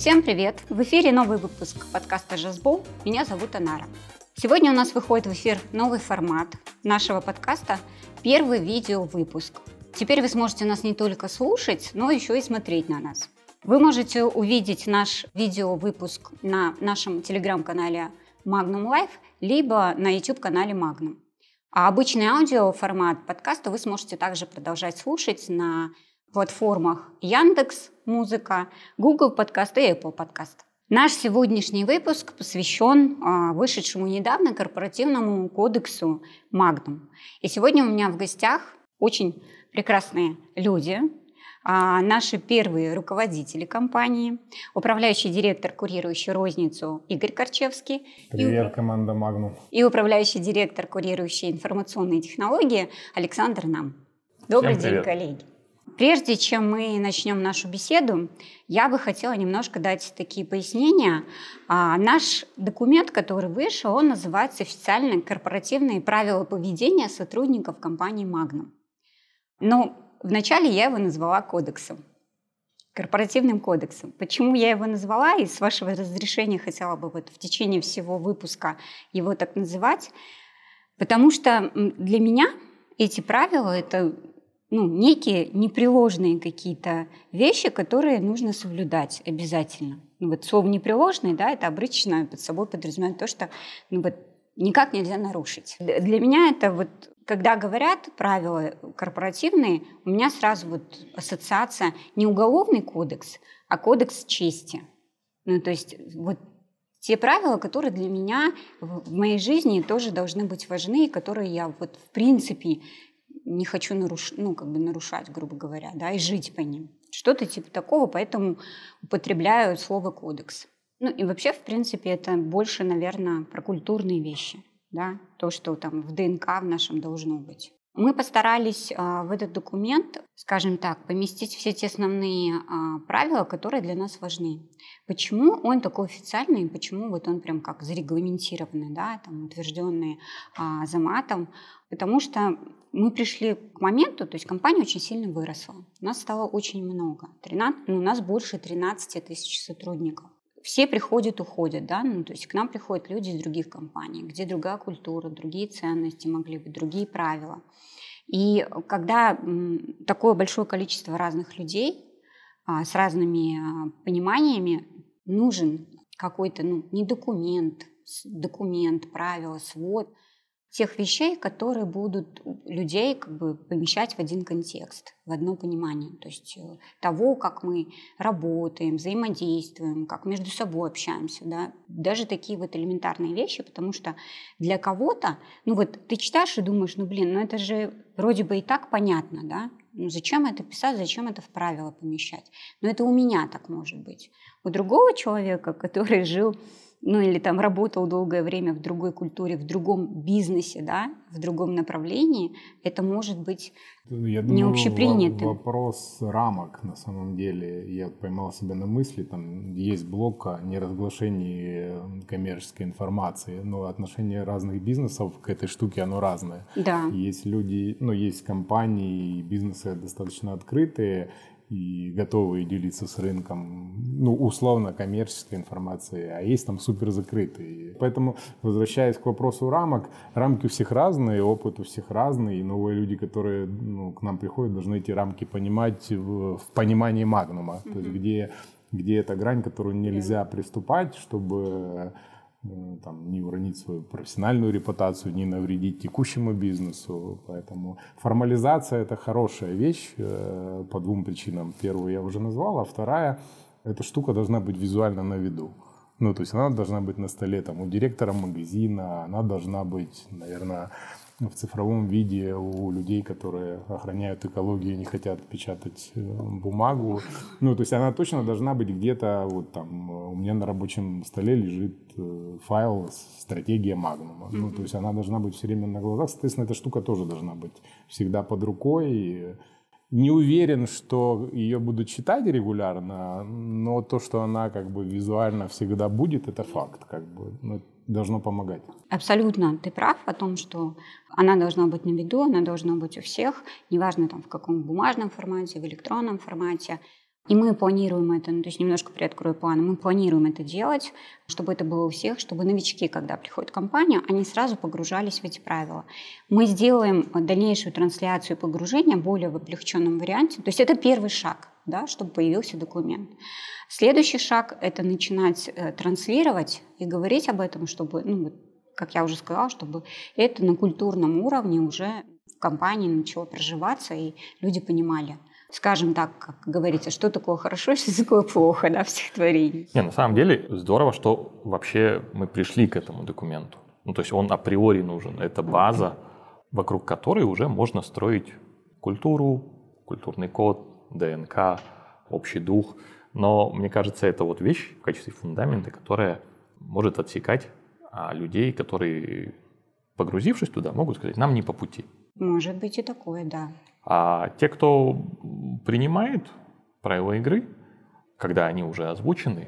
Всем привет! В эфире новый выпуск подкаста «Жазбол». Меня зовут Анара. Сегодня у нас выходит в эфир новый формат нашего подкаста – первый видеовыпуск. Теперь вы сможете нас не только слушать, но еще и смотреть на нас. Вы можете увидеть наш видеовыпуск на нашем телеграм-канале Magnum Live, либо на YouTube-канале Magnum. А обычный аудиоформат подкаста вы сможете также продолжать слушать на платформах Яндекс.Музыка, Google Подкаст и Apple Подкаст. Наш сегодняшний выпуск посвящен вышедшему недавно корпоративному кодексу Magnum. И сегодня у меня в гостях очень прекрасные люди, наши первые руководители компании, управляющий директор, курирующий розницу Игорь Корчевский. Привет, команда Magnum. И управляющий директор, курирующий информационные технологии Александр Нам. Добрый день, коллеги. Прежде чем мы начнем нашу беседу, я бы хотела немножко дать такие пояснения. Наш документ, который вышел, он называется «Официальные корпоративные правила поведения сотрудников компании Magnum». Но вначале я его назвала кодексом, корпоративным кодексом. Почему я его назвала и с вашего разрешения хотела бы в течение всего выпуска его так называть? Потому что для меня эти правила – это некие непреложные какие-то вещи, которые нужно соблюдать обязательно. Слово «непреложный», это обычно под собой подразумевает то, что никак нельзя нарушить. Для меня это когда говорят правила корпоративные, у меня сразу ассоциация не уголовный кодекс, а кодекс чести. То есть те правила, которые для меня в моей жизни тоже должны быть важны, и которые я в принципе не хочу нарушать, грубо говоря, и жить по ним. Что-то типа такого, поэтому употребляю слово «кодекс». И вообще, в принципе, это больше, наверное, про культурные вещи, то, что там в ДНК в нашем должно быть. Мы постарались в этот документ, скажем так, поместить все те основные правила, которые для нас важны. Почему он такой официальный, почему он прям как зарегламентированный, утвержденный Азаматом? Потому что мы пришли к моменту, то есть компания очень сильно выросла. У нас стало очень много. У нас больше 13 тысяч сотрудников. Все приходят, уходят, то есть к нам приходят люди из других компаний, где другая культура, другие ценности могли быть, другие правила. И когда такое большое количество разных людей с разными пониманиями, нужен какой-то не документ, правила, свод тех вещей, которые будут людей помещать в один контекст, в одно понимание. То есть того, как мы работаем, взаимодействуем, как между собой общаемся. Даже такие элементарные вещи, потому что для кого-то, ты читаешь и думаешь, это же вроде бы и так понятно, зачем это писать, зачем это в правила помещать? Но это у меня так может быть. У другого человека, который жил или работал долгое время в другой культуре, в другом бизнесе, в другом направлении, это может быть не общепринятым. Вопрос рамок, на самом деле, я поймал себя на мысли, там есть блок о неразглашении коммерческой информации, но отношение разных бизнесов к этой штуке, оно разное. Да. Есть люди, есть компании, бизнесы достаточно открытые, и готовые делиться с рынком, условно, коммерческой информацией, а есть там супер закрытые. Поэтому, возвращаясь к вопросу рамок, рамки у всех разные, опыт у всех разный, и новые люди, которые к нам приходят, должны эти рамки понимать в понимании Магнума, то есть где эта грань, которую нельзя приступать, чтобы не уронить свою профессиональную репутацию, не навредить текущему бизнесу. Поэтому формализация – это хорошая вещь по двум причинам. Первую я уже назвал, а вторая – эта штука должна быть визуально на виду. То есть она должна быть на столе у директора магазина, она должна быть, наверное, в цифровом виде у людей, которые охраняют экологию и не хотят печатать бумагу. То есть она точно должна быть где-то, у меня на рабочем столе лежит файл «Стратегия Магнума». То есть она должна быть все время на глазах. Соответственно, эта штука тоже должна быть всегда под рукой. Не уверен, что ее будут читать регулярно, но то, что она визуально всегда будет, это факт. Должно помогать. Абсолютно. Ты прав о том, что она должна быть на виду, она должна быть у всех, неважно в каком бумажном формате, в электронном формате. И мы планируем это, то есть немножко приоткрою план, мы планируем это делать, чтобы это было у всех, чтобы новички, когда приходят в компанию, они сразу погружались в эти правила. Мы сделаем дальнейшую трансляцию погружения более в облегченном варианте. То есть это первый шаг, да, чтобы появился документ. Следующий шаг – это начинать транслировать и говорить об этом, чтобы, как я уже сказала, чтобы это на культурном уровне уже в компании начало проживаться, и люди понимали, скажем так, как говорится, что такое хорошо, что такое плохо, да, в стихотворении. На самом деле здорово, что вообще мы пришли к этому документу. То есть он априори нужен. Это база, вокруг которой уже можно строить культуру, культурный код, ДНК, общий дух. Но мне кажется, это вот вещь в качестве фундамента, которая может отсекать людей, которые, погрузившись туда, могут сказать, нам не по пути. Может быть и такое, да. А те, кто принимает правила игры, когда они уже озвучены,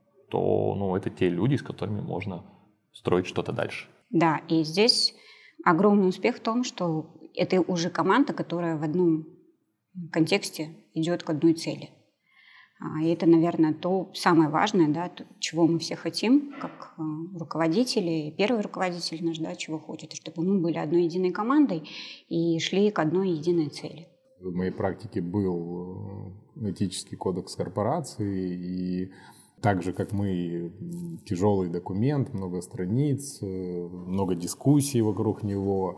то это те люди, с которыми можно строить что-то дальше. Да, и здесь огромный успех в том, что это уже команда, которая в одном контексте идет к одной цели. И это, наверное, то самое важное, да, чего мы все хотим, как руководители, и первый руководитель наш, да, чего хочет, чтобы мы были одной единой командой и шли к одной единой цели. В моей практике был этический кодекс корпорации, и так же, как мы, тяжелый документ, много страниц, много дискуссий вокруг него.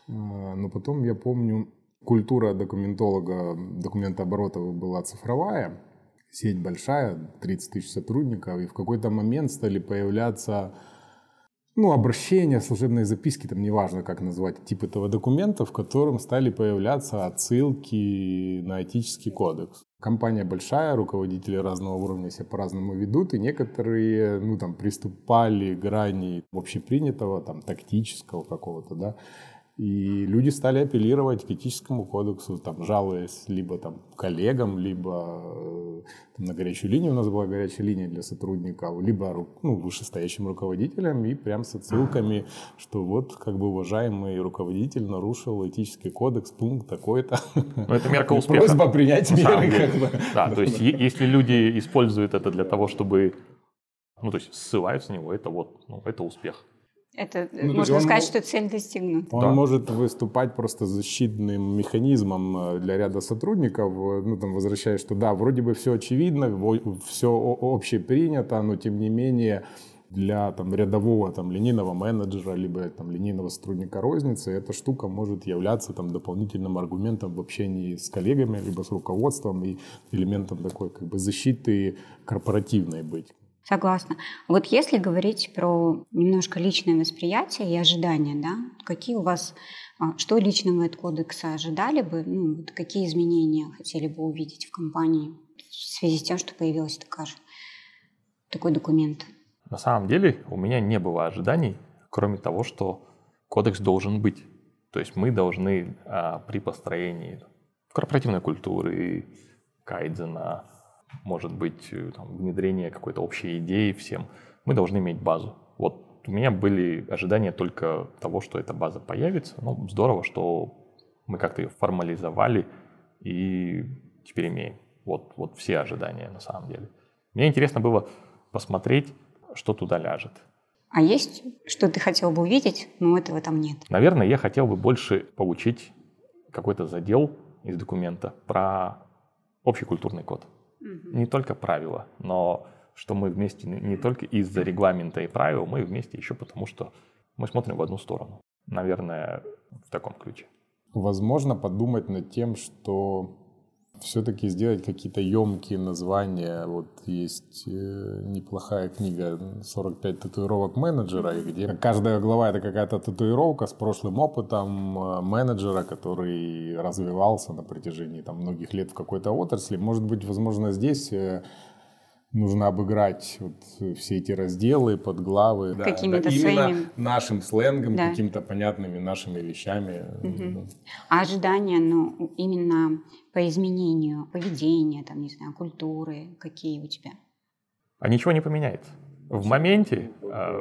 Но потом, я помню, культура документолога, документооборота была цифровая, сеть большая, 30 тысяч сотрудников, и в какой-то момент стали появляться обращения, служебные записки, там неважно, как назвать тип этого документа, в котором стали появляться отсылки на этический кодекс. Компания большая, руководители разного уровня себя по-разному ведут, и некоторые, приступали к грани общепринятого, тактического какого-то, да. И люди стали апеллировать к этическому кодексу, жалуясь либо коллегам, либо на горячую линию, у нас была горячая линия для сотрудников, либо вышестоящим руководителям, и прям с отсылками, что уважаемый руководитель нарушил этический кодекс, пункт такой-то. Это мерка успеха. Просьба принять меры. Да, то есть если люди используют это для того, чтобы, ссылаются на него, это успех. Это можно сказать, что цель достигнута. Он может выступать просто защитным механизмом для ряда сотрудников, возвращаясь, что да, вроде бы все очевидно, все общепринято, но тем не менее для рядового линейного менеджера либо линейного сотрудника розницы эта штука может являться дополнительным аргументом в общении с коллегами либо с руководством и элементом такой защиты корпоративной быть. Согласна. Вот если говорить про немножко личное восприятие и ожидания, да, какие у вас, что лично вы от кодекса ожидали бы, какие изменения хотели бы увидеть в компании в связи с тем, что появился такой документ? На самом деле у меня не было ожиданий, кроме того, что кодекс должен быть. То есть мы должны при построении корпоративной культуры, кайдзена, может быть, внедрение какой-то общей идеи всем, мы должны иметь базу. Вот у меня были ожидания только того, что эта база появится. Здорово, что мы как-то ее формализовали и теперь имеем. Вот все ожидания на самом деле. Мне интересно было посмотреть, что туда ляжет. А есть, что ты хотел бы увидеть, но этого там нет? Наверное, я хотел бы больше получить какой-то задел из документа про общий культурный код. Не только правила, но что мы вместе не только из-за регламента и правил, мы вместе еще потому, что мы смотрим в одну сторону. Наверное, в таком ключе. Возможно, подумать над тем, что все-таки сделать какие-то емкие названия. Вот есть неплохая книга «45 татуировок менеджера», где каждая глава — это какая-то татуировка с прошлым опытом менеджера, который развивался на протяжении многих лет в какой-то отрасли. Может быть, возможно, здесь нужно обыграть все эти разделы, подглавы. Какими-то именно своими... нашим сленгом, какими-то понятными нашими вещами. А ожидания, именно по изменению поведения, культуры, какие у тебя? А ничего не поменяется. В моменте,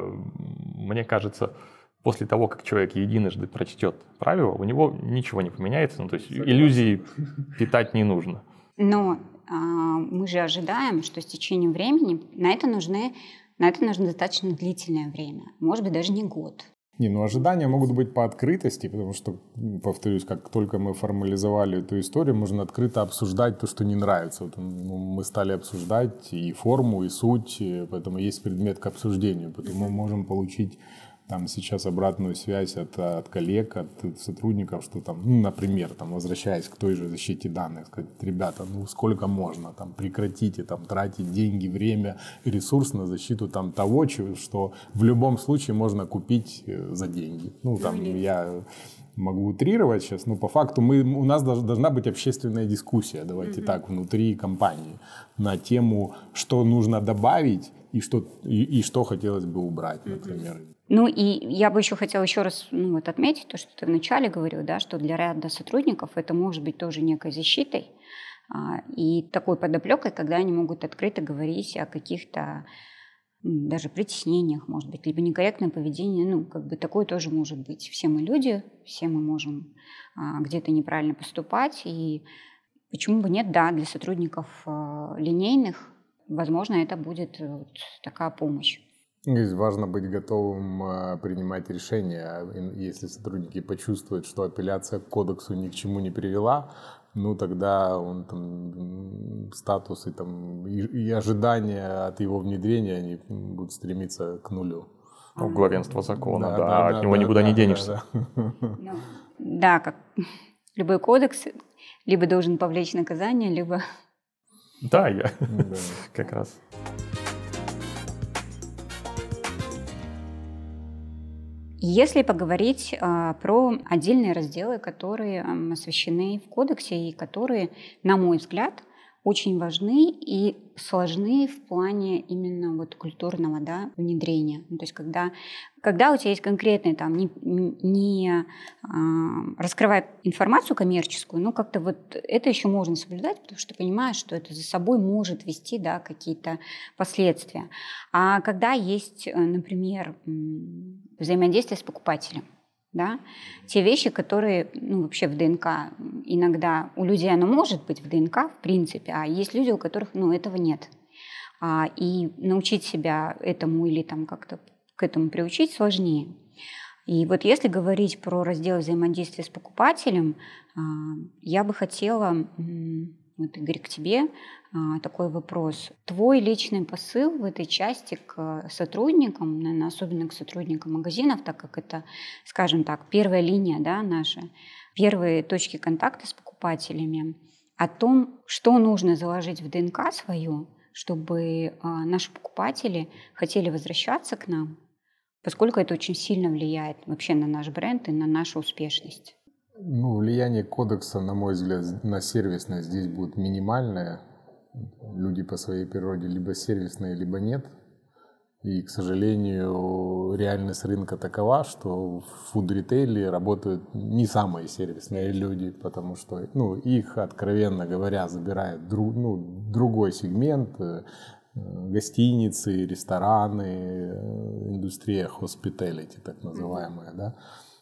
мне кажется, после того, как человек единожды прочтет правила, у него ничего не поменяется. То есть иллюзий питать не нужно. Но мы же ожидаем, что с течением времени на это нужно достаточно длительное время, может быть, даже не год. Ожидания могут быть по открытости, потому что, повторюсь, как только мы формализовали эту историю, можно открыто обсуждать то, что не нравится. Мы стали обсуждать и форму, и суть, поэтому есть предмет к обсуждению. Поэтому мы можем получить сейчас обратную связь от коллег, от сотрудников, что например, возвращаясь к той же защите данных, сказать: ребята, сколько можно, прекратите тратить деньги, время, ресурс на защиту того, что в любом случае можно купить за деньги. Я могу утрировать сейчас, но по факту у нас должна быть общественная дискуссия, давайте так, внутри компании на тему, что нужно добавить и что хотелось бы убрать, например. И я бы еще хотела раз отметить то, что ты вначале говорил, да, что для ряда сотрудников это может быть тоже некой защитой и такой подоплекой, когда они могут открыто говорить о каких-то даже притеснениях, может быть, либо некорректное поведение. Такое тоже может быть. Все мы люди, все мы можем где-то неправильно поступать. И почему бы нет, да, для сотрудников линейных, возможно, это будет такая помощь. Здесь важно быть готовым принимать решения. Если сотрудники почувствуют, что апелляция к кодексу ни к чему не привела, тогда статус и ожидания от его внедрения они будут стремиться к нулю. Главенство закона, от него никуда не денешься. Да, как любой кодекс, либо должен повлечь наказание, либо... Да, я как раз... Если поговорить про отдельные разделы, которые освещены в кодексе и которые, на мой взгляд, очень важны и сложны в плане именно культурного, да, внедрения. То есть когда у тебя есть конкретные, не раскрывая информацию коммерческую, как-то это еще можно соблюдать, потому что ты понимаешь, что это за собой может вести, да, какие-то последствия. А когда есть, например, взаимодействие с покупателем, да, те вещи, которые вообще в ДНК иногда у людей оно может быть в ДНК в принципе, а есть люди, у которых этого нет. И научить себя этому или как-то к этому приучить сложнее. И если говорить про раздел взаимодействия с покупателем, я бы хотела, Игорь, к тебе такой вопрос. Твой личный посыл в этой части к сотрудникам, наверное, особенно к сотрудникам магазинов, так как это, скажем так, первая линия, да, наша, первые точки контакта с покупателями, о том, что нужно заложить в ДНК свою, чтобы наши покупатели хотели возвращаться к нам, поскольку это очень сильно влияет вообще на наш бренд и на нашу успешность. Влияние кодекса, на мой взгляд, на сервисность здесь будет минимальное. Люди по своей природе либо сервисные, либо нет. И, к сожалению, реальность рынка такова, что в фуд-ритейле работают не самые сервисные люди, потому что их, откровенно говоря, забирает другой сегмент. Гостиницы, рестораны, индустрия hospitality, так называемая, да.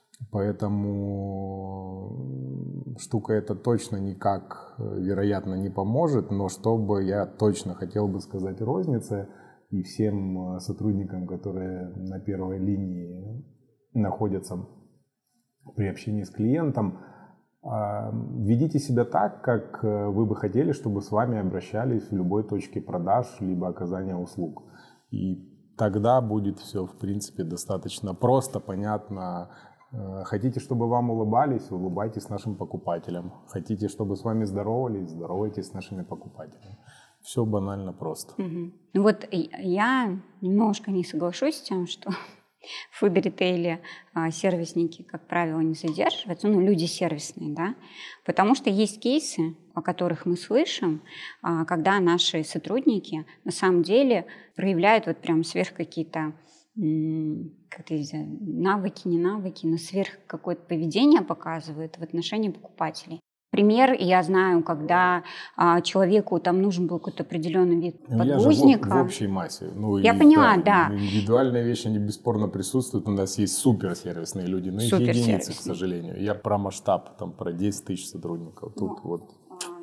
Поэтому штука эта точно никак, вероятно, не поможет, но что бы я точно хотел бы сказать рознице и всем сотрудникам, которые на первой линии находятся при общении с клиентом, ведите себя так, как вы бы хотели, чтобы с вами обращались в любой точке продаж либо оказания услуг. И тогда будет все, в принципе, достаточно просто, понятно. Хотите, чтобы вам улыбались, улыбайтесь нашим покупателям. Хотите, чтобы с вами здоровались, здоровайтесь с нашими покупателями. Все банально просто. Я немножко не соглашусь с тем, что в фуд-ритейле сервисники, как правило, не задерживаются, люди сервисные, да, потому что есть кейсы, о которых мы слышим, когда наши сотрудники на самом деле проявляют прям сверх какие-то навыки, не навыки, но сверх какое-то поведение показывают в отношении покупателей. Пример, я знаю, когда человеку нужен был какой-то определенный вид подгузника. В общей массе. Я поняла, да. Индивидуальные вещи, они бесспорно присутствуют. У нас есть суперсервисные люди, но их единицы, к сожалению. Я про масштаб, про 10 тысяч сотрудников.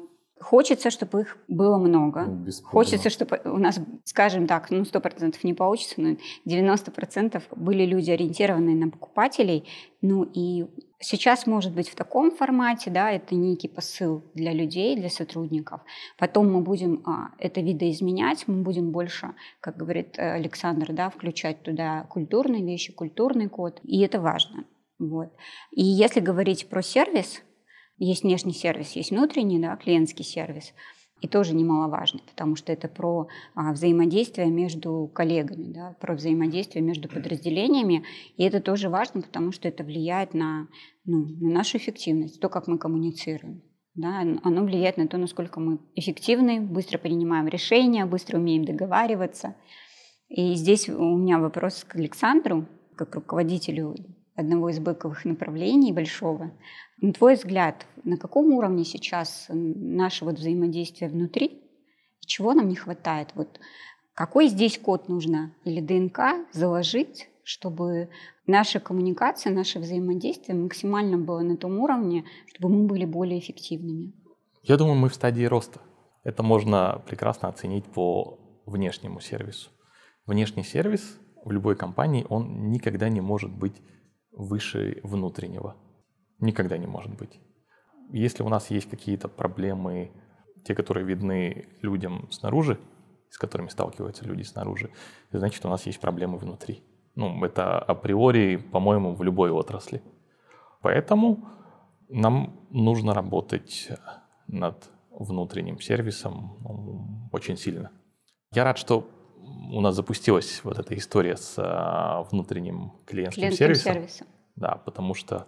Хочется, чтобы их было много. Бесспорно. Хочется, чтобы у нас, скажем так, 100% не получится, но 90% были люди, ориентированные на покупателей. И сейчас, может быть, в таком формате, да, это некий посыл для людей, для сотрудников. Потом мы будем это видоизменять, мы будем больше, как говорит Александр, да, включать туда культурные вещи, культурный код, и это важно. Вот. И если говорить про сервис, есть внешний сервис, есть внутренний, да, клиентский сервис, и тоже немаловажный, потому что это про взаимодействие между коллегами, да, про взаимодействие между подразделениями, и это тоже важно, потому что это влияет на нашу эффективность, то, как мы коммуницируем. Да, оно влияет на то, насколько мы эффективны, быстро принимаем решения, быстро умеем договариваться. И здесь у меня вопрос к Александру, как руководителю одного из бэковых направлений большого. На твой взгляд, на каком уровне сейчас наше взаимодействие внутри? Чего нам не хватает? Какой здесь код нужно или ДНК заложить, чтобы наша коммуникация, наше взаимодействие максимально было на том уровне, чтобы мы были более эффективными? Я думаю, мы в стадии роста. Это можно прекрасно оценить по внешнему сервису. Внешний сервис в любой компании, он никогда не может быть выше внутреннего. Никогда не может быть. Если у нас есть какие-то проблемы, те, которые видны людям снаружи, с которыми сталкиваются люди снаружи, значит, у нас есть проблемы внутри. Это априори, по-моему, в любой отрасли. Поэтому нам нужно работать над внутренним сервисом очень сильно. Я рад, что у нас запустилась эта история с внутренним клиентским сервисом. Да, потому что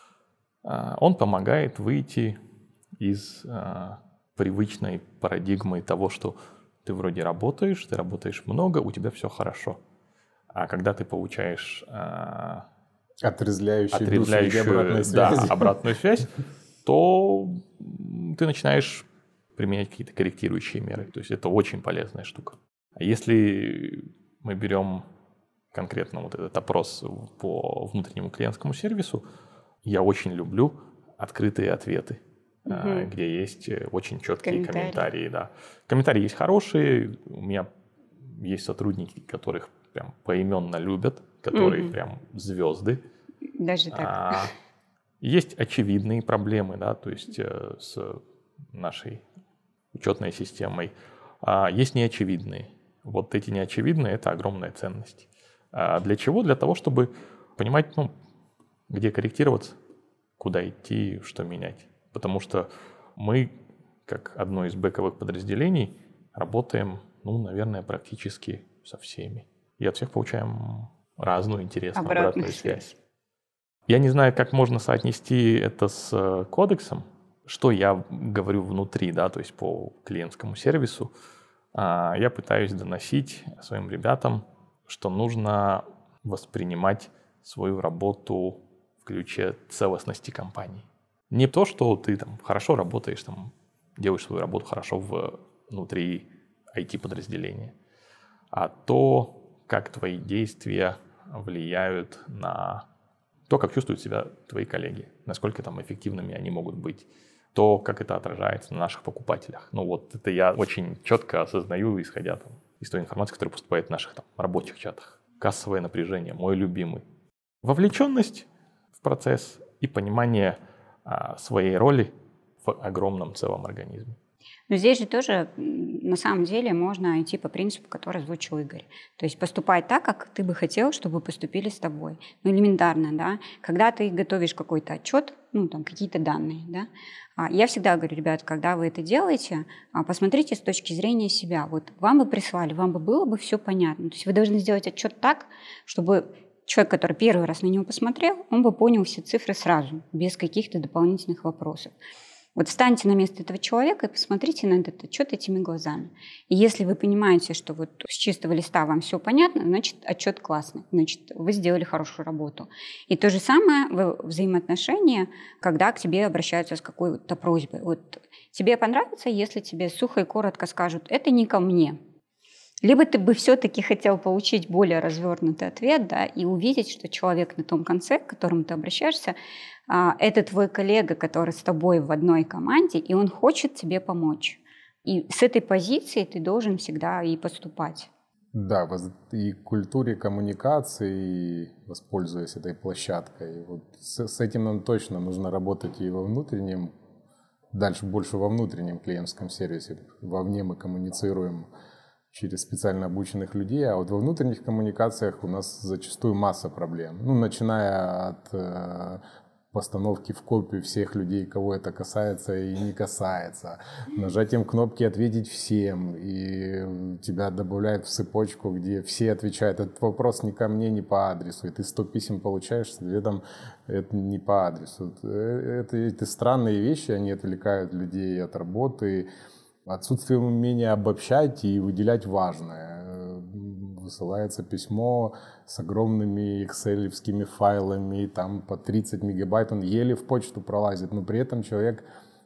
он помогает выйти из привычной парадигмы того, что ты вроде работаешь, ты работаешь много, у тебя все хорошо. А когда ты получаешь отрезвляющую обратную связь, то ты начинаешь применять какие-то корректирующие меры. То есть это очень полезная штука. А если мы берем конкретно этот опрос по внутреннему клиентскому сервису, я очень люблю открытые ответы, где есть очень четкие комментарии. Да. Комментарии есть хорошие. У меня есть сотрудники, которых прям поименно любят, которые прям звезды. Даже так. Есть очевидные проблемы, да, то есть с нашей учетной системой. Есть неочевидные. Эти неочевидные – это огромная ценность. Для чего? Для того, чтобы понимать, где корректироваться, куда идти, что менять. Потому что мы, как одно из бэковых подразделений, работаем, наверное, практически со всеми. И от всех получаем разную интересную обратную связь. Я не знаю, как можно соотнести это с кодексом, что я говорю внутри, да, то есть по клиентскому сервису. Я пытаюсь доносить своим ребятам, что нужно воспринимать свою работу в ключе целостности компании. Не то, что ты хорошо работаешь, делаешь свою работу хорошо внутри IT-подразделения, а то, как твои действия влияют на то, как чувствуют себя твои коллеги, насколько эффективными они могут быть, то, как это отражается на наших покупателях. Это я очень четко осознаю, исходя из той информации, которая поступает в наших рабочих чатах. Кассовое напряжение, мой любимый. Вовлеченность в процесс и понимание своей роли в огромном целом организме. Но здесь же тоже, на самом деле, можно идти по принципу, который озвучил Игорь. То есть поступай так, как ты бы хотел, чтобы поступили с тобой. Элементарно, да. Когда ты готовишь какой-то отчет, какие-то данные, да. Я всегда говорю, ребят, когда вы это делаете, посмотрите с точки зрения себя. Вам бы прислали, вам бы было бы все понятно. То есть вы должны сделать отчет так, чтобы человек, который первый раз на него посмотрел, он бы понял все цифры сразу, без каких-то дополнительных вопросов. Встаньте на место этого человека и посмотрите на этот отчет этими глазами. И если вы понимаете, что с чистого листа вам все понятно, значит, отчет классный, значит, вы сделали хорошую работу. И то же самое в взаимоотношениях, когда к тебе обращаются с какой-то просьбой. Тебе понравится, если тебе сухо и коротко скажут: это не ко мне. Либо ты бы все-таки хотел получить более развернутый ответ, да, и увидеть, что человек на том конце, к которому ты обращаешься, это твой коллега, который с тобой в одной команде, и он хочет тебе помочь. И с этой позиции ты должен всегда и поступать. Да, и культуре коммуникации, воспользуясь этой площадкой. Вот с этим нам точно нужно работать и во внутреннем, дальше больше во внутреннем клиентском сервисе. Вовне мы коммуницируем через специально обученных людей, а вот во внутренних коммуникациях у нас зачастую масса проблем. Ну, начиная от постановки в копию всех людей, кого это касается и не касается, нажатием кнопки «Ответить всем», и тебя добавляют в цепочку, где все отвечают. Этот вопрос ни ко мне, ни по адресу, и ты 100 писем получаешь с ответом «это не по адресу». Эти странные вещи, они отвлекают людей от работы. Отсутствие умения обобщать и выделять важное. Высылается письмо с огромными экселевскими файлами, там по 30 мегабайт, он еле в почту пролазит, но при этом человек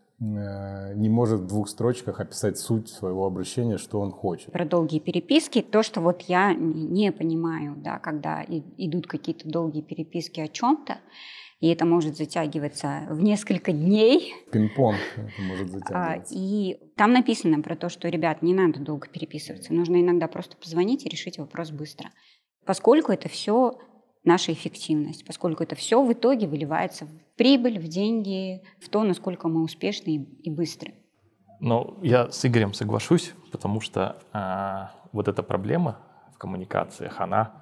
не может в 2 строчках описать суть своего обращения, что он хочет. Про долгие переписки, то, что вот я не понимаю, да, когда идут какие-то долгие переписки о чем-то, и это может затягиваться в несколько дней. Пинг-понг это может затягиваться. И там написано про то, что, ребят, не надо долго переписываться. Нужно иногда просто позвонить и решить вопрос быстро. Поскольку это все наша эффективность, поскольку это все в итоге выливается в прибыль, в деньги, в то, насколько мы успешны и быстры. Но я с Игорем соглашусь, потому что вот эта проблема в коммуникациях, она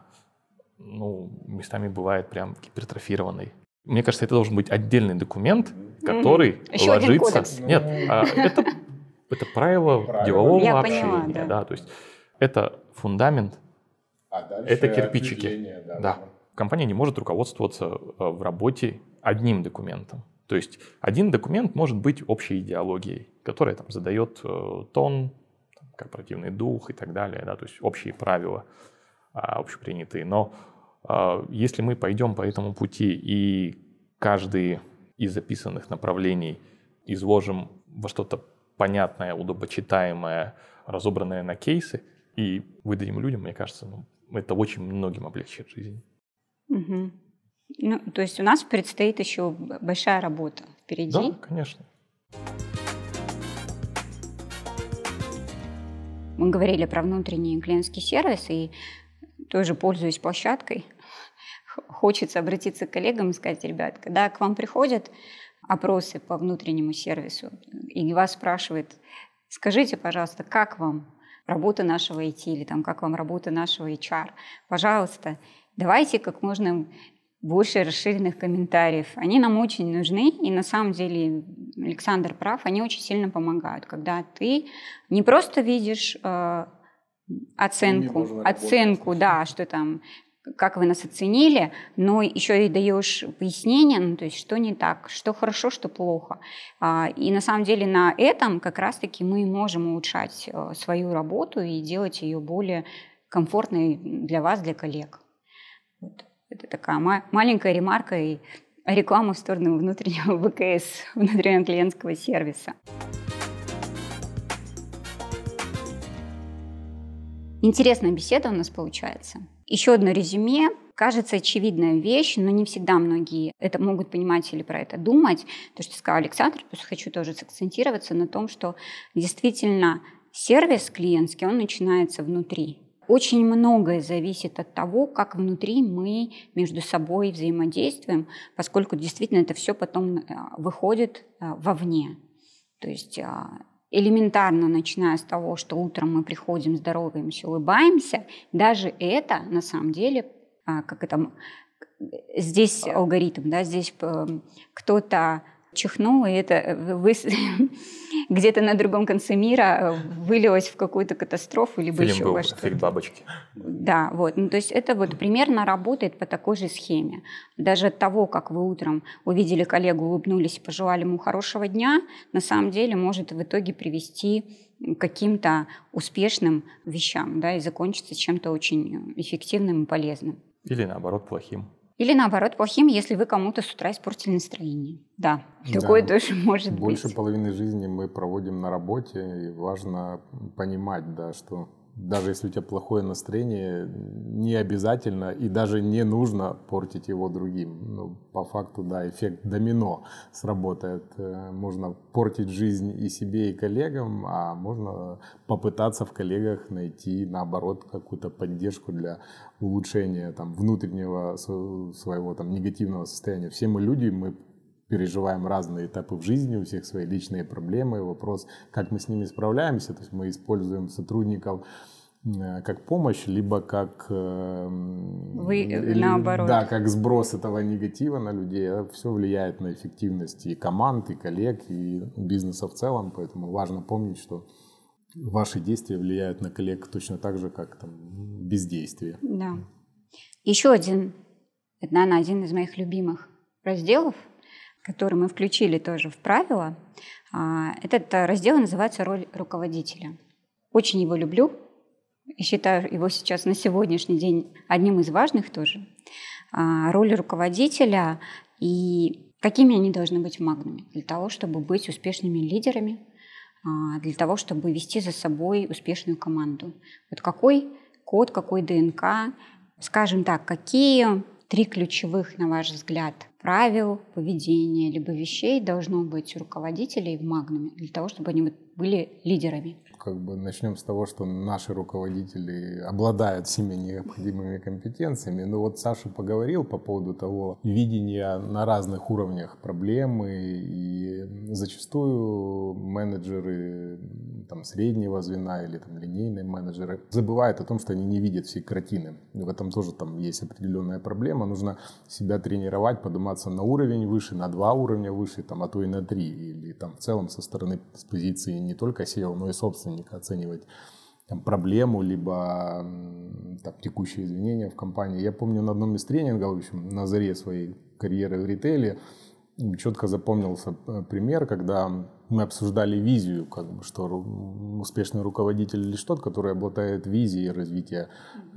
местами бывает прям гипертрофированной. Мне кажется, это должен быть отдельный документ, который Еще ложится... один кодекс. Нет, это правило делового Я общения. поняла, да. То есть это фундамент, это кирпичики. Да. Компания не может руководствоваться в работе одним документом. То есть один документ может быть общей идеологией, которая там задает тон, корпоративный дух и так далее. Да? То есть общие правила, общепринятые. Но если мы пойдем по этому пути и каждый из записанных направлений изложим во что-то понятное, удобочитаемое, разобранное на кейсы и выдадим людям, мне кажется, это очень многим облегчит жизнь. Угу. То есть у нас предстоит еще большая работа впереди. Да, конечно. Мы говорили про внутренний клиентский сервис, и тоже пользуясь площадкой, хочется обратиться к коллегам и сказать: ребят, когда к вам приходят опросы по внутреннему сервису, и вас спрашивают: скажите, пожалуйста, как вам работа нашего IT или как вам работа нашего HR? Пожалуйста, давайте как можно больше расширенных комментариев. Они нам очень нужны, и на самом деле Александр прав, они очень сильно помогают, когда ты не просто видишь оценку, да, что там, как вы нас оценили, но еще и даешь пояснение, то есть что не так, что хорошо, что плохо. И на самом деле на этом как раз-таки мы можем улучшать свою работу и делать ее более комфортной для вас, для коллег. Вот. Это такая маленькая ремарка и реклама в сторону внутреннего ВКС, внутреннего клиентского сервиса. Интересная беседа у нас получается. Еще одно резюме. Кажется, очевидная вещь, но не всегда многие это могут понимать или про это думать. То, что сказал Александр, просто хочу тоже сакцентироваться на том, что действительно сервис клиентский, он начинается внутри. Очень многое зависит от того, как внутри мы между собой взаимодействуем, поскольку действительно это все потом выходит вовне. То есть элементарно, начиная с того, что утром мы приходим, здороваемся, улыбаемся, даже это на самом деле, здесь алгоритм, да, здесь кто-то чихнул, и это где-то на другом конце мира вылилось в какую-то катастрофу, либо Фильм еще был во что-то. «Эффект бабочки». Да, вот. То есть это вот примерно работает по такой же схеме. Даже от того, как вы утром увидели коллегу, улыбнулись и пожелали ему хорошего дня, на самом деле может в итоге привести к каким-то успешным вещам, да, и закончиться чем-то очень эффективным и полезным. Или наоборот плохим. Или наоборот плохим, если вы кому-то с утра испортили настроение. Да, такое тоже может быть. Больше половины жизни мы проводим на работе, и важно понимать, да, что даже если у тебя плохое настроение, не обязательно и даже не нужно портить его другим. Ну, по факту, да, эффект домино сработает. Можно портить жизнь и себе, и коллегам, а можно попытаться в коллегах найти, наоборот, какую-то поддержку для улучшения там, внутреннего своего там, негативного состояния. Все мы люди, мы переживаем разные этапы в жизни, у всех свои личные проблемы. Вопрос, как мы с ними справляемся. То есть мы используем сотрудников как помощь, либо как наоборот. Да, как сброс этого негатива на людей. Это все влияет на эффективность и команд, и коллег, и бизнеса в целом. Поэтому важно помнить, что ваши действия влияют на коллег точно так же, как там, бездействие. Да. Еще один из моих любимых разделов, который мы включили тоже в правила. Этот раздел называется «Роль руководителя». Очень его люблю и считаю его сейчас на сегодняшний день одним из важных тоже. Роль руководителя и какими они должны быть в Магнуме для того, чтобы быть успешными лидерами, для того, чтобы вести за собой успешную команду. Вот какой код, какой ДНК, скажем так, какие 3 ключевых, на ваш взгляд, правил, поведения, либо вещей должно быть у руководителей в Магнуме для того, чтобы они были лидерами? Как бы начнем с того, что наши руководители обладают всеми необходимыми компетенциями. Но вот Саша поговорил по поводу того видения на разных уровнях проблемы, и зачастую менеджеры там, среднего звена или там, линейные менеджеры забывают о том, что они не видят всей картины. И в этом тоже там есть определенная проблема. Нужно себя тренировать, подниматься на уровень выше, на 2 уровня выше, там, а то и на 3. Или там в целом со стороны, с позиции не только SEO, но и собственника оценивать там, проблему, либо там, текущие изменения в компании. Я помню на одном из тренингов, в общем, на заре своей карьеры в ритейле, четко запомнился пример, когда мы обсуждали визию, как бы, что успешный руководитель лишь тот, который обладает визией развития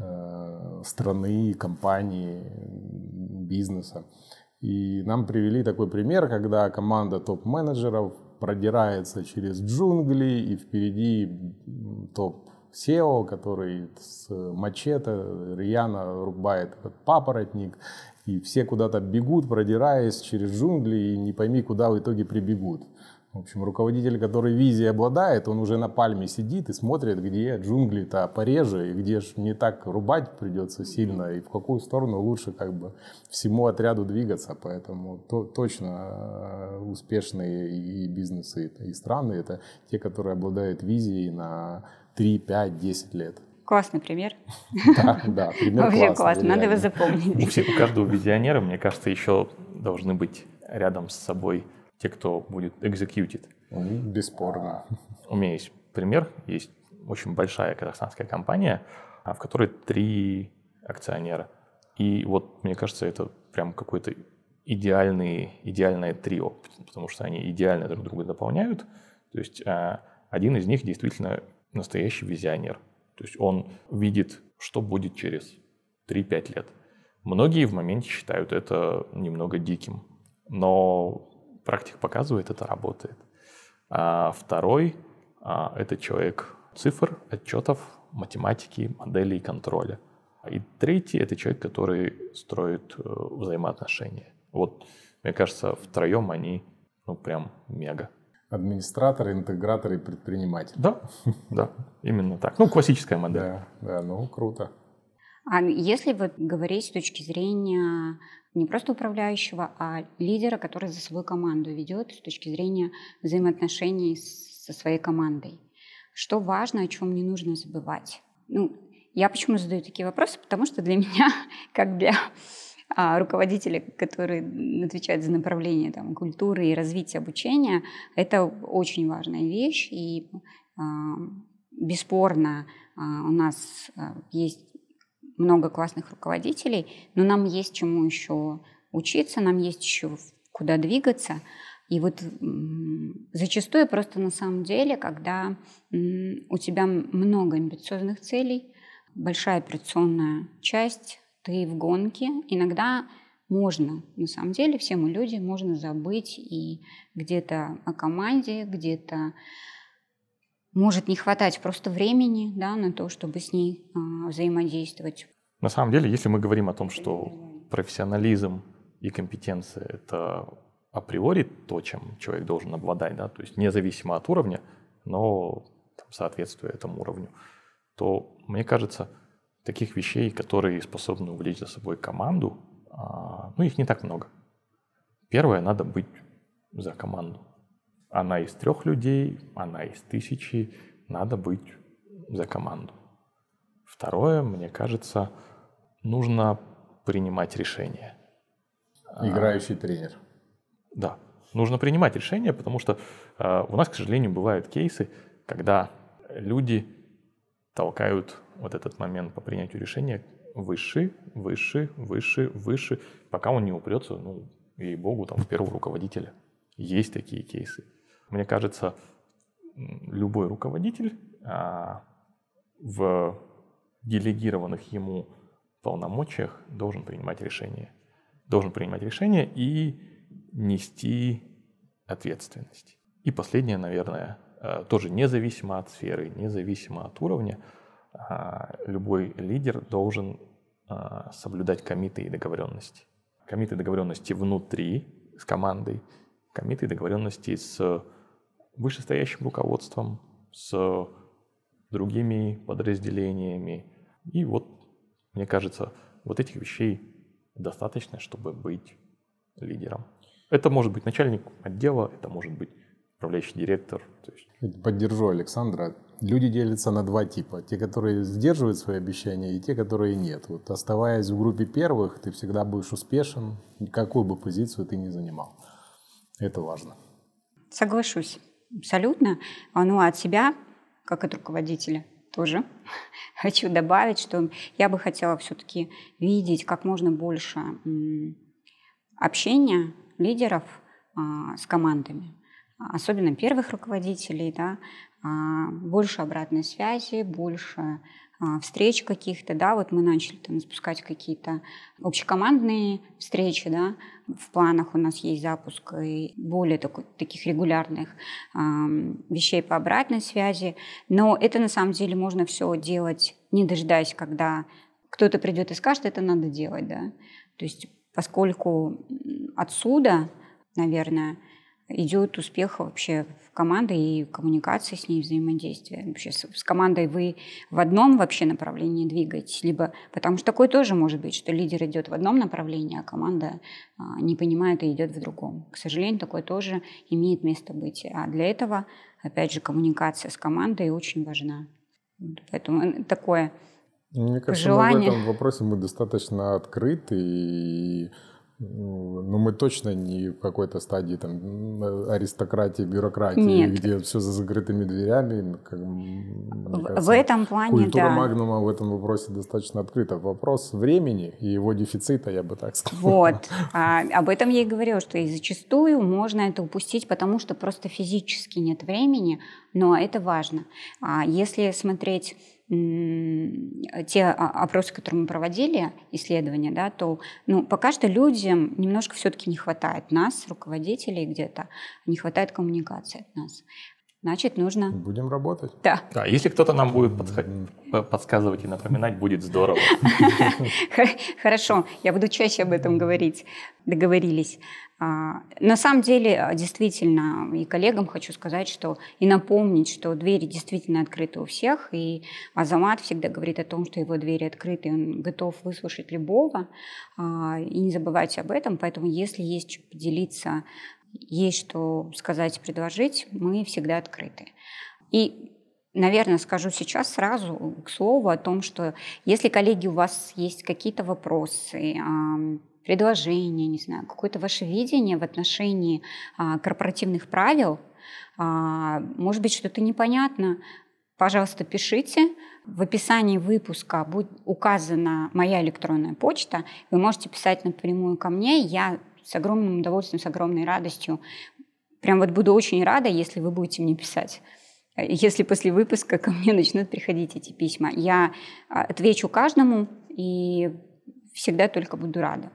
страны, компании, бизнеса. И нам привели такой пример, когда команда топ-менеджеров продирается через джунгли, и впереди топ-SEO, который с мачете рьяно рубает этот папоротник, и все куда-то бегут, продираясь через джунгли, и не пойми, куда в итоге прибегут. В общем, руководитель, который визией обладает, он уже на пальме сидит и смотрит, где джунгли-то пореже, и где же не так рубать придется сильно, и в какую сторону лучше как бы всему отряду двигаться. Поэтому точно успешные и бизнесы, и страны – это те, которые обладают визией на 3, 5, 10 лет. Классный пример. Да, пример вообще классный, надо его запомнить. У каждого визионера, мне кажется, еще должны быть рядом с собой те, кто будет executed. Бесспорно. У меня есть пример. Есть очень большая казахстанская компания, в которой 3 акционера. И вот, мне кажется, это прям какое-то идеальное трио, потому что они идеально друг друга дополняют. То есть один из них действительно настоящий визионер. То есть он видит, что будет через 3-5 лет. Многие в моменте считают это немного диким, но практика показывает, это работает. А второй – это человек цифр, отчетов, математики, моделей, контроля. И третий – это человек, который строит взаимоотношения. Вот, мне кажется, втроем они прям мега. Администратор, интегратор и предприниматель. Да, именно так. Классическая модель. Да, круто. А если вот говорить с точки зрения не просто управляющего, а лидера, который за свою команду ведет, с точки зрения взаимоотношений со своей командой, что важно, о чем не нужно забывать? Я почему задаю такие вопросы? Потому что для меня, как для руководителя, который отвечает за направление культуры и развития обучения, это очень важная вещь. И бесспорно у нас есть много классных руководителей, но нам есть чему еще учиться, нам есть еще куда двигаться. И вот зачастую просто на самом деле, когда у тебя много амбициозных целей, большая операционная часть, ты в гонке, иногда можно, на самом деле, все мы люди, можно забыть и где-то о команде, где-то может не хватать просто времени, да, на то, чтобы с ней взаимодействовать. На самом деле, если мы говорим о том, что профессионализм и компетенция – это априори то, чем человек должен обладать, да, то есть независимо от уровня, но там, соответствуя этому уровню, то, мне кажется, таких вещей, которые способны увлечь за собой команду, их не так много. Первое – надо быть за команду. Она из 3 людей, она из 1000, надо быть за команду. Второе, мне кажется, нужно принимать решения. Играющий тренер. Да, нужно принимать решения, потому что у нас, к сожалению, бывают кейсы, когда люди толкают вот этот момент по принятию решения выше, пока он не упрется, ей-богу, там, в первого руководителя. Есть такие кейсы. Мне кажется, любой руководитель в делегированных ему полномочиях должен принимать решения. Должен принимать решения и нести ответственность. И последнее, наверное, тоже независимо от сферы, независимо от уровня, любой лидер должен соблюдать коммиты и договоренности. Коммиты и договоренности внутри с командой, коммиты и договоренности с вышестоящим руководством, с другими подразделениями. И мне кажется, этих вещей достаточно, чтобы быть лидером. Это может быть начальник отдела, это может быть управляющий директор. Поддержу Александра. Люди делятся на 2 типа. Те, которые сдерживают свои обещания, и те, которые нет. Оставаясь в группе первых, ты всегда будешь успешен, какую бы позицию ты ни занимал. Это важно. Соглашусь. Абсолютно. От себя, как от руководителя, тоже хочу добавить, что я бы хотела все-таки видеть как можно больше общения лидеров с командами, особенно первых руководителей, да, больше обратной связи, больше встреч каких-то, да, мы начали там запускать какие-то общекомандные встречи, да, в планах у нас есть запуск и более таких регулярных вещей по обратной связи, но это на самом деле можно все делать, не дожидаясь, когда кто-то придет и скажет, это надо делать, да, то есть поскольку отсюда, наверное, идет успех вообще в команде и коммуникации с ней, взаимодействия. Вообще с командой вы в одном вообще направлении двигаетесь, либо потому что такое тоже может быть, что лидер идет в одном направлении, а команда не понимает и идет в другом. К сожалению, такое тоже имеет место быть. А для этого, опять же, коммуникация с командой очень важна. Поэтому такое Мне кажется, желание. в этом вопросе мы достаточно открыты и мы точно не в какой-то стадии аристократии, бюрократии, Нет. где все за закрытыми дверями. В этом плане, культура да. Магнума в этом вопросе достаточно открыта. Вопрос времени и его дефицита, я бы так сказал. Об этом я и говорила, что и зачастую можно это упустить, потому что просто физически нет времени, но это важно. Если смотреть те опросы, которые мы проводили, исследования, да, то пока что людям немножко все-таки не хватает нас, руководителей где-то, не хватает коммуникации от нас. Значит, нужно... Будем работать. Да. Да, если кто-то нам будет подсказывать и напоминать, будет здорово. Хорошо, я буду чаще об этом говорить. Договорились. На самом деле, действительно, и коллегам хочу сказать, что и напомнить, что двери действительно открыты у всех, и Азамат всегда говорит о том, что его двери открыты, он готов выслушать любого, и не забывайте об этом, поэтому если есть что поделиться, есть что сказать и предложить, мы всегда открыты. И, наверное, скажу сейчас сразу к слову о том, что если, коллеги, у вас есть какие-то вопросы, предложения, не знаю, какое-то ваше видение в отношении корпоративных правил, может быть, что-то непонятно, пожалуйста, пишите. В описании выпуска будет указана моя электронная почта. Вы можете писать напрямую ко мне. Я с огромным удовольствием, с огромной радостью. Прям буду очень рада, если вы будете мне писать. Если после выпуска ко мне начнут приходить эти письма. Я отвечу каждому и всегда только буду рада.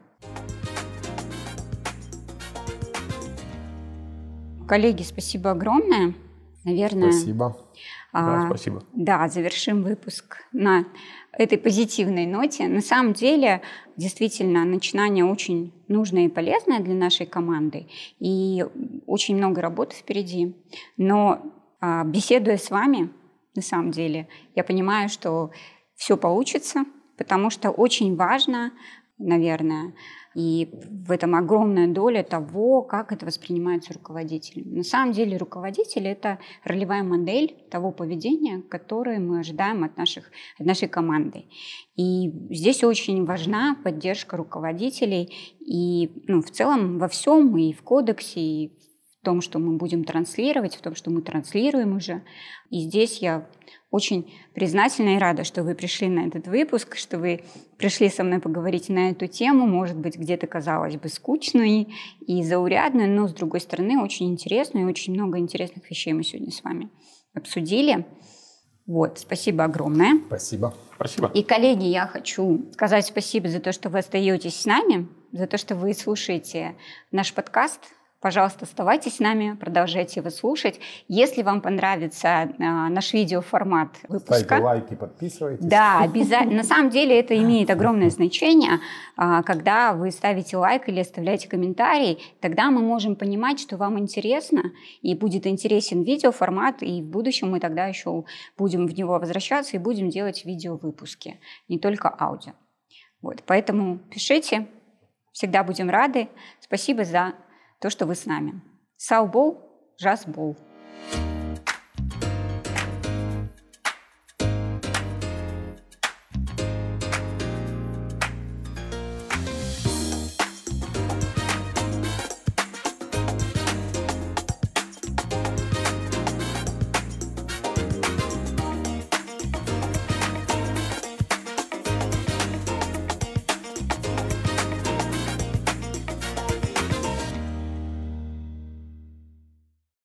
Коллеги, спасибо огромное. наверное... Спасибо. Да, спасибо. Да, завершим выпуск на этой позитивной ноте. На самом деле, действительно, начинание очень нужное и полезное для нашей команды. И очень много работы впереди. Но беседуя с вами, на самом деле, я понимаю, что все получится, потому что очень важно, наверное, и в этом огромная доля того, как это воспринимается руководителем. На самом деле руководитель – это ролевая модель того поведения, которое мы ожидаем от нашей команды. И здесь очень важна поддержка руководителей и в целом во всем, и в кодексе, и в том, что мы будем транслировать, в том, что мы транслируем уже. И здесь я очень признательна и рада, что вы пришли на этот выпуск, что вы пришли со мной поговорить на эту тему, может быть, где-то казалось бы скучной и заурядной, но, с другой стороны, очень интересную, и очень много интересных вещей мы сегодня с вами обсудили. Вот, спасибо огромное. Спасибо. Спасибо. И, коллеги, я хочу сказать спасибо за то, что вы остаетесь с нами, за то, что вы слушаете наш подкаст. Пожалуйста, оставайтесь с нами, продолжайте его слушать. Если вам понравится наш видеоформат выпуска... Ставьте лайки, подписывайтесь. Да, обязательно. На самом деле это имеет огромное значение, когда вы ставите лайк или оставляете комментарий. Тогда мы можем понимать, что вам интересно, и будет интересен видеоформат, и в будущем мы тогда еще будем в него возвращаться и будем делать видеовыпуски, не только аудио. Вот, поэтому пишите, всегда будем рады. Спасибо за то, что вы с нами. Саубол, жазбол.